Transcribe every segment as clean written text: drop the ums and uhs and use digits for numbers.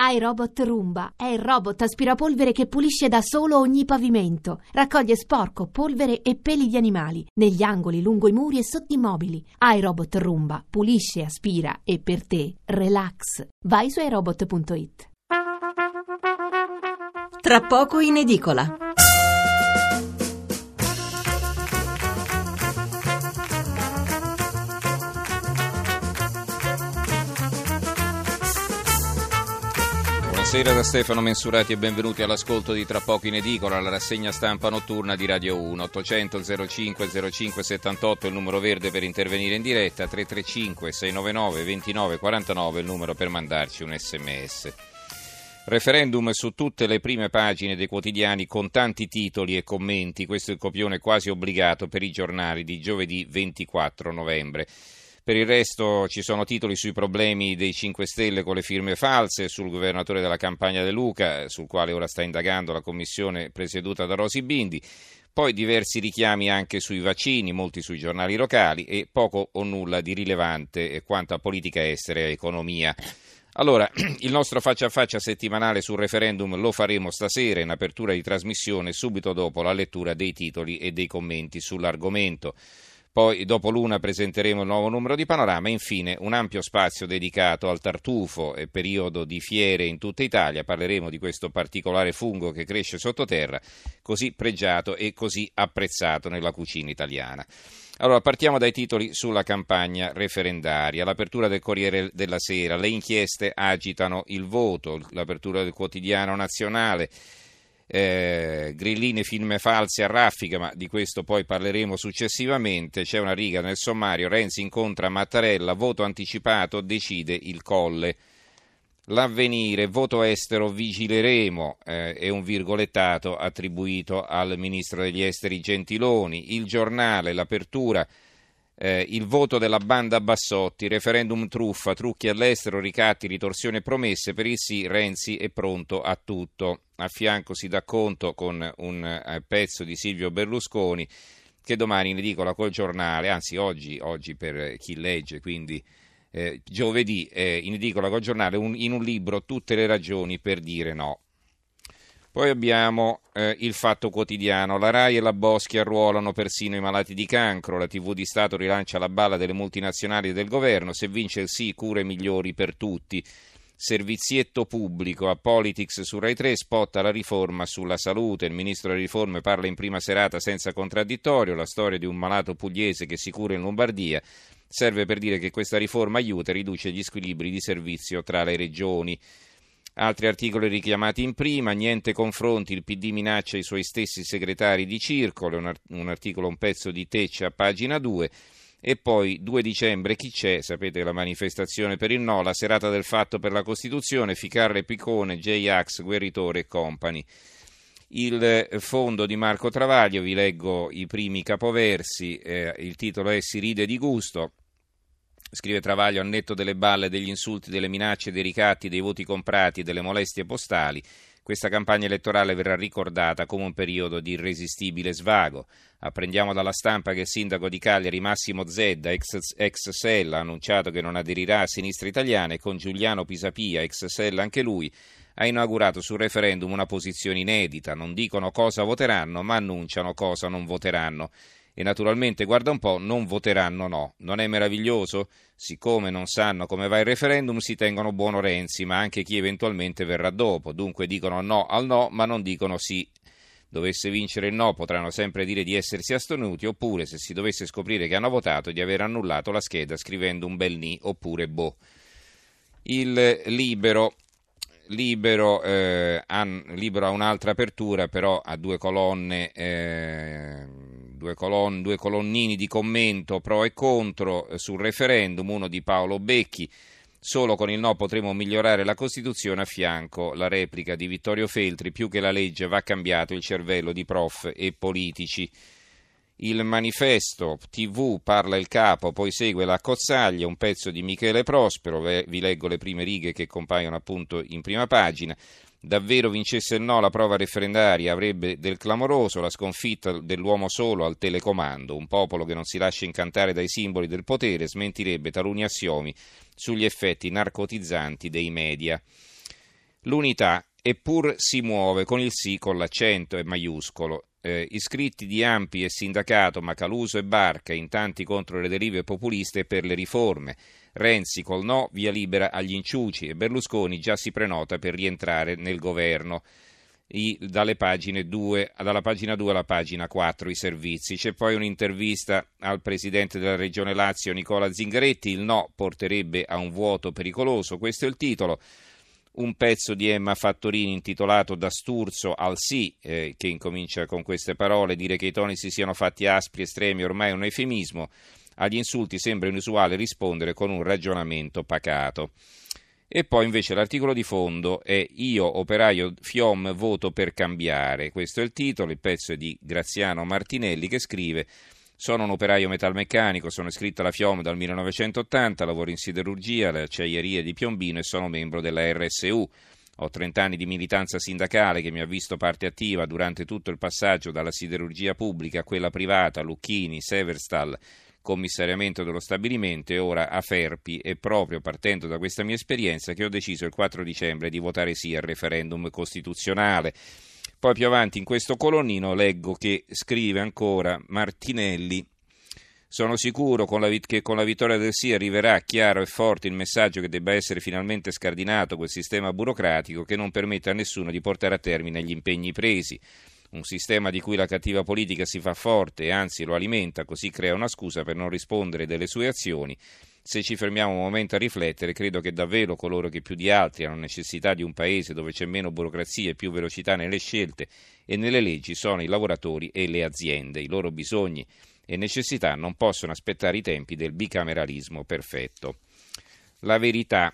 iRobot Roomba è il robot aspirapolvere che pulisce da solo ogni pavimento. Raccoglie sporco, polvere e peli di animali negli angoli, lungo i muri e sotto i mobili. iRobot Roomba pulisce, aspira e per te relax. Vai su iRobot.it. Tra poco in edicola. Buonasera da Stefano Mensurati e benvenuti all'ascolto di Tra poco in edicola, la rassegna stampa notturna di Radio 1. 800 05 05 78 il numero verde per intervenire in diretta, 335 699 29 49 il numero per mandarci un sms. Referendum su tutte le prime pagine dei quotidiani con tanti titoli e commenti, questo è il copione quasi obbligato per i giornali di giovedì 24 novembre. Per il resto ci sono titoli sui problemi dei 5 Stelle con le firme false, sul governatore della Campania De Luca, sul quale ora sta indagando la commissione presieduta da Rosi Bindi, poi diversi richiami anche sui vaccini, molti sui giornali locali e poco o nulla di rilevante quanto a politica estera e economia. Allora, il nostro faccia a faccia settimanale sul referendum lo faremo stasera in apertura di trasmissione, subito dopo la lettura dei titoli e dei commenti sull'argomento. Poi dopo l'una presenteremo il nuovo numero di Panorama e infine un ampio spazio dedicato al tartufo e periodo di fiere in tutta Italia. Parleremo di questo particolare fungo che cresce sottoterra, così pregiato e così apprezzato nella cucina italiana. Allora partiamo dai titoli sulla campagna referendaria. L'apertura del Corriere della Sera, le inchieste agitano il voto, l'apertura del Quotidiano Nazionale. Grilline, firme false a raffica, ma di questo poi parleremo successivamente. C'è una riga nel sommario: Renzi incontra Mattarella, voto anticipato, decide il Colle. L'Avvenire, voto estero, vigileremo, è un virgolettato attribuito al ministro degli esteri Gentiloni. Il Giornale, l'apertura, il voto della banda Bassotti, referendum truffa, trucchi all'estero, ricatti, ritorsioni e promesse, per il sì Renzi è pronto a tutto. A fianco si dà conto con un pezzo di Silvio Berlusconi che domani in edicola col Giornale, anzi oggi per chi legge, quindi giovedì in edicola col Giornale, in un libro tutte le ragioni per dire no. Poi abbiamo il Fatto Quotidiano, la Rai e la Boschi arruolano persino i malati di cancro, la TV di Stato rilancia la balla delle multinazionali e del governo, se vince il sì cure migliori per tutti. Servizietto pubblico, a Politics su Rai 3, spot alla riforma sulla salute, il ministro delle riforme parla in prima serata senza contraddittorio, la storia di un malato pugliese che si cura in Lombardia serve per dire che questa riforma aiuta e riduce gli squilibri di servizio tra le regioni. Altri articoli richiamati in prima, niente confronti, il PD minaccia i suoi stessi segretari di circolo, un articolo, un pezzo di Tecce a pagina 2. E poi 2 dicembre chi c'è, sapete la manifestazione per il no, la serata del fatto per la Costituzione, Ficarra e Piccone, J-Ax, Guerritore e Company. Il fondo di Marco Travaglio, vi leggo i primi capoversi, il titolo è Si ride di gusto, scrive Travaglio, al netto delle balle, degli insulti, delle minacce, dei ricatti, dei voti comprati e delle molestie postali, questa campagna elettorale verrà ricordata come un periodo di irresistibile svago. Apprendiamo dalla stampa che il sindaco di Cagliari Massimo Zedda, ex Sella, ha annunciato che non aderirà a Sinistra Italiana e con Giuliano Pisapia, ex Sella anche lui, ha inaugurato sul referendum una posizione inedita. Non dicono cosa voteranno, ma annunciano cosa non voteranno. E naturalmente, guarda un po', non voteranno no. Non è meraviglioso? Siccome non sanno come va il referendum, si tengono buono Renzi, ma anche chi eventualmente verrà dopo. Dunque dicono no al no, ma non dicono sì. Dovesse vincere il no, potranno sempre dire di essersi astenuti, oppure, se si dovesse scoprire che hanno votato, di aver annullato la scheda scrivendo un bel ni, oppure boh. Il Libero ha un'altra apertura, però ha due colonne, due colonnini di commento pro e contro sul referendum, uno di Paolo Becchi, solo con il no potremo migliorare la Costituzione, a fianco la replica di Vittorio Feltri, più che la legge va cambiato il cervello di prof e politici. Il Manifesto TV, parla il capo, poi segue la Cozzaglia, un pezzo di Michele Prospero, vi leggo le prime righe che compaiono appunto in prima pagina. Davvero vincesse il no la prova referendaria avrebbe del clamoroso, la sconfitta dell'uomo solo al telecomando, un popolo che non si lascia incantare dai simboli del potere smentirebbe taluni assiomi sugli effetti narcotizzanti dei media. L'unità eppur si muove con il sì con l'accento e maiuscolo. Iscritti di Ampi e sindacato, ma Caluso e Barca, in tanti contro le derive populiste e per le riforme. Renzi col no, via libera agli inciuci, e Berlusconi già si prenota per rientrare nel governo. Dalla pagina 2 alla pagina 4 i servizi. C'è poi un'intervista al presidente della Regione Lazio Nicola Zingaretti. Il no porterebbe a un vuoto pericoloso, questo è il titolo. Un pezzo di Emma Fattorini intitolato Da Sturzo al sì, che incomincia con queste parole: dire che i toni si siano fatti aspri, estremi, ormai è un eufemismo. Agli insulti sembra inusuale rispondere con un ragionamento pacato. E poi invece l'articolo di fondo è Io, operaio FIOM, voto per cambiare. Questo è il titolo, il pezzo è di Graziano Martinelli che scrive: sono un operaio metalmeccanico, sono iscritto alla FIOM dal 1980, lavoro in siderurgia, alle acciaierie di Piombino e sono membro della RSU. Ho 30 anni di militanza sindacale che mi ha visto parte attiva durante tutto il passaggio dalla siderurgia pubblica a quella privata, Lucchini, Severstal, commissariamento dello stabilimento e ora a Ferpi, e proprio partendo da questa mia esperienza che ho deciso il 4 dicembre di votare sì al referendum costituzionale. Poi più avanti in questo colonnino leggo che scrive ancora Martinelli: sono sicuro che con la vittoria del sì arriverà chiaro e forte il messaggio che debba essere finalmente scardinato quel sistema burocratico che non permette a nessuno di portare a termine gli impegni presi. Un sistema di cui la cattiva politica si fa forte e anzi lo alimenta, così crea una scusa per non rispondere delle sue azioni. Se ci fermiamo un momento a riflettere, credo che davvero coloro che più di altri hanno necessità di un paese dove c'è meno burocrazia e più velocità nelle scelte e nelle leggi sono i lavoratori e le aziende. I loro bisogni e necessità non possono aspettare i tempi del bicameralismo perfetto. La Verità.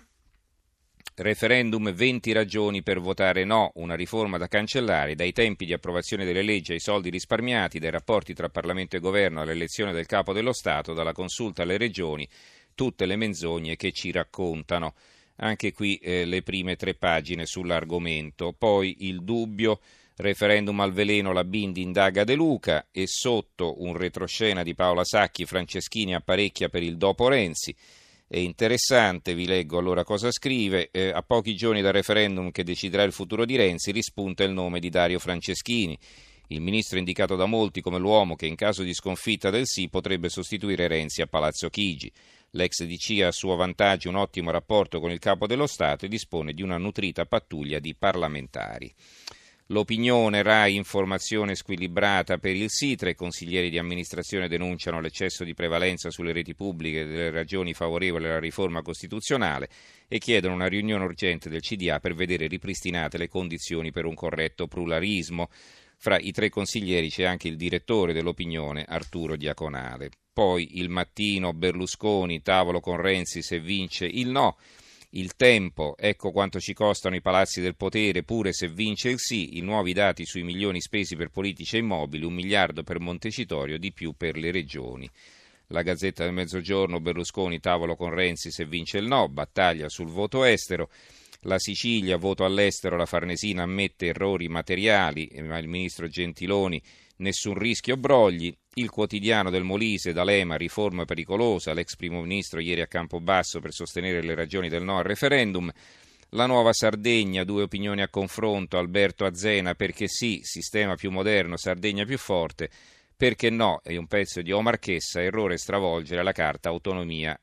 Referendum, 20 ragioni per votare no, una riforma da cancellare, dai tempi di approvazione delle leggi ai soldi risparmiati, dai rapporti tra Parlamento e Governo all'elezione del capo dello Stato, dalla consulta alle regioni, tutte le menzogne che ci raccontano. Anche qui le prime 3 pagine sull'argomento. Poi il dubbio, referendum al veleno, la Bindi indaga De Luca, e sotto un retroscena di Paola Sacchi, Franceschini apparecchia per il dopo Renzi. È interessante, vi leggo allora cosa scrive. A pochi giorni dal referendum che deciderà il futuro di Renzi rispunta il nome di Dario Franceschini, il ministro indicato da molti come l'uomo che in caso di sconfitta del sì potrebbe sostituire Renzi a Palazzo Chigi. L'ex DC ha a suo vantaggio un ottimo rapporto con il capo dello Stato e dispone di una nutrita pattuglia di parlamentari. L'Opinione, Rai, informazione squilibrata per il sì. 3 consiglieri di amministrazione denunciano l'eccesso di prevalenza sulle reti pubbliche delle ragioni favorevoli alla riforma costituzionale e chiedono una riunione urgente del CDA per vedere ripristinate le condizioni per un corretto pluralismo. Fra i 3 consiglieri c'è anche il direttore dell'Opinione, Arturo Diaconale. Poi Il Mattino, Berlusconi, tavolo con Renzi se vince il no. Il Tempo, ecco quanto ci costano i palazzi del potere pure se vince il sì, i nuovi dati sui milioni spesi per politici e immobili, 1 miliardo per Montecitorio, di più per le regioni. La Gazzetta del Mezzogiorno, Berlusconi, tavolo con Renzi se vince il no, battaglia sul voto estero. La Sicilia, voto all'estero, la Farnesina ammette errori materiali, ma il ministro Gentiloni nessun rischio brogli. Il Quotidiano del Molise, D'Alema, riforma pericolosa, l'ex primo ministro ieri a Campobasso per sostenere le ragioni del no al referendum. La Nuova Sardegna, 2 opinioni a confronto, Alberto Azzena, perché sì, sistema più moderno, Sardegna più forte, perché no, è un pezzo di Omar Chessa, errore stravolgere la carta autonomia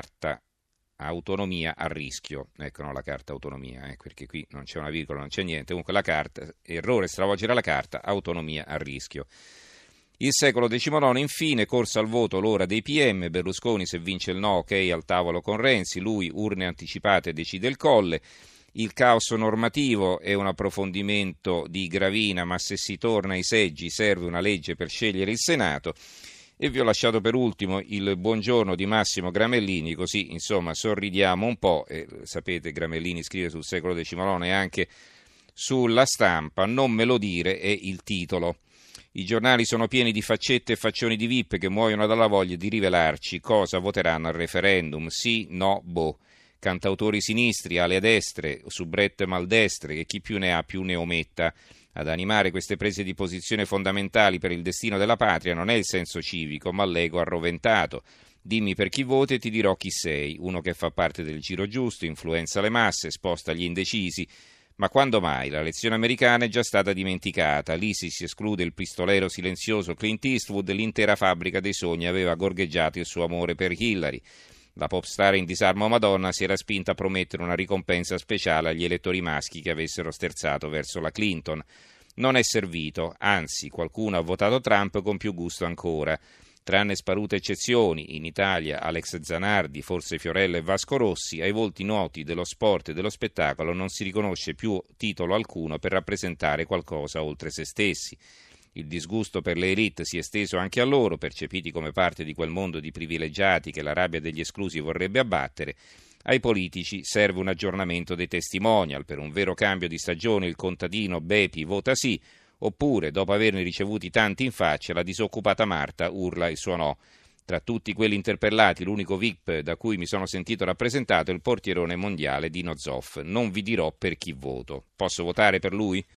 a rischio, ecco, no, la carta autonomia, perché qui non c'è una virgola, non c'è niente, comunque la carta, errore stravolgere la carta, autonomia a rischio. Il Secolo XIX, infine, corsa al voto l'ora dei PM, Berlusconi se vince il no, ok al tavolo con Renzi, lui urne anticipate decide il Colle. Il caos normativo è un approfondimento di Gravina, ma se si torna ai seggi serve una legge per scegliere il Senato. E vi ho lasciato per ultimo il buongiorno di Massimo Gramellini, così insomma sorridiamo un po'. Sapete, Gramellini scrive sul Secolo XIX e anche sulla Stampa, non me lo dire è il titolo. I giornali sono pieni di faccette e faccioni di VIP che muoiono dalla voglia di rivelarci cosa voteranno al referendum, sì, no, boh. Cantautori sinistri, ale a destre, subrette maldestre, che chi più ne ha più ne ometta. Ad animare queste prese di posizione fondamentali per il destino della patria non è il senso civico, ma l'ego arroventato. Dimmi per chi voti e ti dirò chi sei, uno che fa parte del giro giusto, influenza le masse, sposta gli indecisi, Ma quando mai? La lezione americana è già stata dimenticata. L'ISIS esclude il pistolero silenzioso Clint Eastwood, l'intera fabbrica dei sogni aveva gorgheggiato il suo amore per Hillary. La pop star in disarmo Madonna si era spinta a promettere una ricompensa speciale agli elettori maschi che avessero sterzato verso la Clinton. Non è servito, anzi qualcuno ha votato Trump con più gusto ancora. Tranne sparute eccezioni, in Italia Alex Zanardi, forse Fiorello e Vasco Rossi, ai volti noti dello sport e dello spettacolo non si riconosce più titolo alcuno per rappresentare qualcosa oltre se stessi. Il disgusto per le élite si è esteso anche a loro, percepiti come parte di quel mondo di privilegiati che la rabbia degli esclusi vorrebbe abbattere. Ai politici serve un aggiornamento dei testimonial. Per un vero cambio di stagione il contadino Bepi vota sì, oppure, dopo averne ricevuti tanti in faccia, la disoccupata Marta urla il suo no. Tra tutti quelli interpellati, l'unico VIP da cui mi sono sentito rappresentato è il portierone mondiale Dino Zoff. Non vi dirò per chi voto. Posso votare per lui?